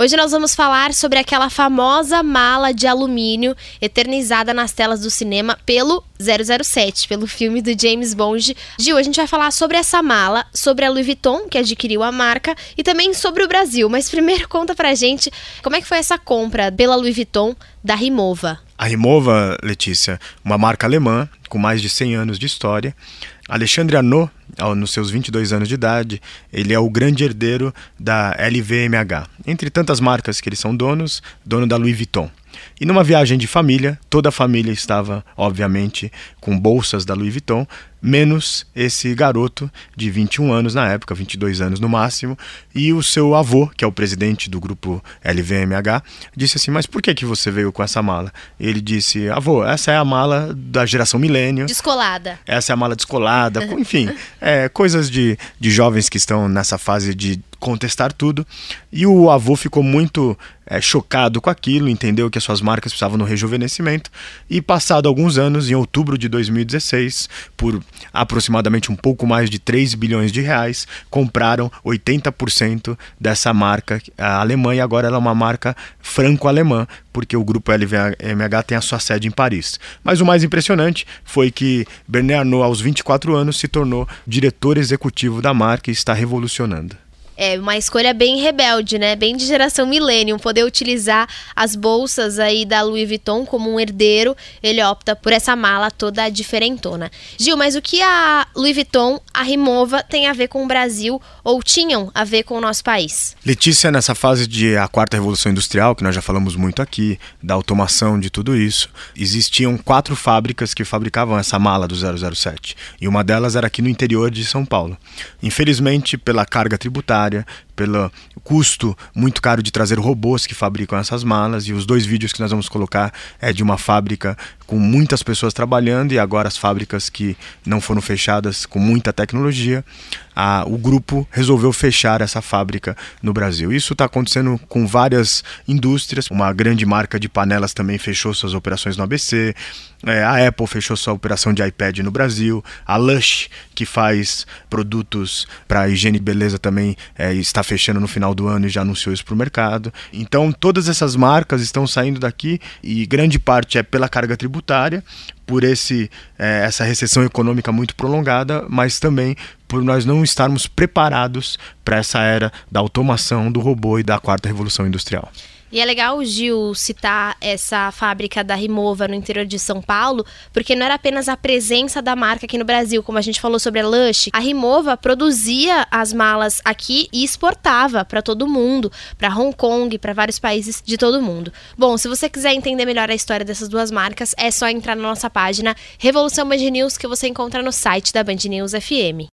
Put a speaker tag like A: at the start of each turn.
A: Hoje nós vamos falar sobre aquela famosa mala de alumínio eternizada nas telas do cinema pelo 007, pelo filme do James Bond. Gil, a gente vai falar sobre essa mala, sobre a Louis Vuitton, que adquiriu a marca, e também sobre o Brasil. Mas primeiro conta pra gente como é que foi essa compra pela Louis Vuitton da Rimowa.
B: A Rimowa, Letícia, uma marca alemã com mais de 100 anos de história. Alexandre Arnault, nos seus 22 anos de idade, ele é o grande herdeiro da LVMH. Entre tantas marcas que eles são donos, dono da Louis Vuitton. E numa viagem de família, toda a família estava, obviamente, com bolsas da Louis Vuitton, menos esse garoto de 21 anos na época, 22 anos no máximo, e o seu avô, que é o presidente do grupo LVMH, disse assim, mas por que você veio com essa mala? Ele disse, avô, essa é a mala da geração milênio.
A: Descolada.
B: Essa é a mala descolada, enfim, coisas de jovens que estão nessa fase de contestar tudo. E o avô ficou muito chocado com aquilo, entendeu que as suas marcas precisavam no rejuvenescimento, e passado alguns anos, em outubro de 2016, por aproximadamente um pouco mais de 3 bilhões de reais, compraram 80% dessa marca alemã, e agora ela é uma marca franco-alemã, porque o grupo LVMH tem a sua sede em Paris. Mas o mais impressionante foi que Bernard Arnault, aos 24 anos, se tornou diretor executivo da marca e está revolucionando.
A: É uma escolha bem rebelde, né? Bem de geração millennium, poder utilizar as bolsas aí da Louis Vuitton como um herdeiro. Ele opta por essa mala toda diferentona. Gil, mas o que a Louis Vuitton, a Rimowa, tem a ver com o Brasil ou tinham a ver com o nosso país?
B: Letícia, nessa fase de a quarta revolução industrial, que nós já falamos muito aqui, da automação de tudo isso, existiam 4 fábricas que fabricavam essa mala do 007. E uma delas era aqui no interior de São Paulo. Infelizmente, pela carga tributária, pelo custo muito caro de trazer robôs que fabricam essas malas, e os 2 vídeos que nós vamos colocar é de uma fábrica com muitas pessoas trabalhando, e agora as fábricas que não foram fechadas com muita tecnologia, o grupo resolveu fechar essa fábrica no Brasil. Isso está acontecendo com várias indústrias. Uma grande marca de panelas também fechou suas operações no ABC, a Apple fechou sua operação de iPad no Brasil, a Lush, que faz produtos para higiene e beleza, também está fechando no final do ano e já anunciou isso para o mercado. Então todas essas marcas estão saindo daqui, e grande parte é pela carga tributária, por essa recessão econômica muito prolongada, mas também por nós não estarmos preparados para essa era da automação, do robô e da quarta revolução industrial.
A: E é legal, Gil, citar essa fábrica da Rimowa no interior de São Paulo, porque não era apenas a presença da marca aqui no Brasil, como a gente falou sobre a Lush. A Rimowa produzia as malas aqui e exportava para todo mundo, para Hong Kong, para vários países de todo mundo. Bom, se você quiser entender melhor a história dessas 2 marcas, é só entrar na nossa página Revolução Band News, que você encontra no site da Band News FM.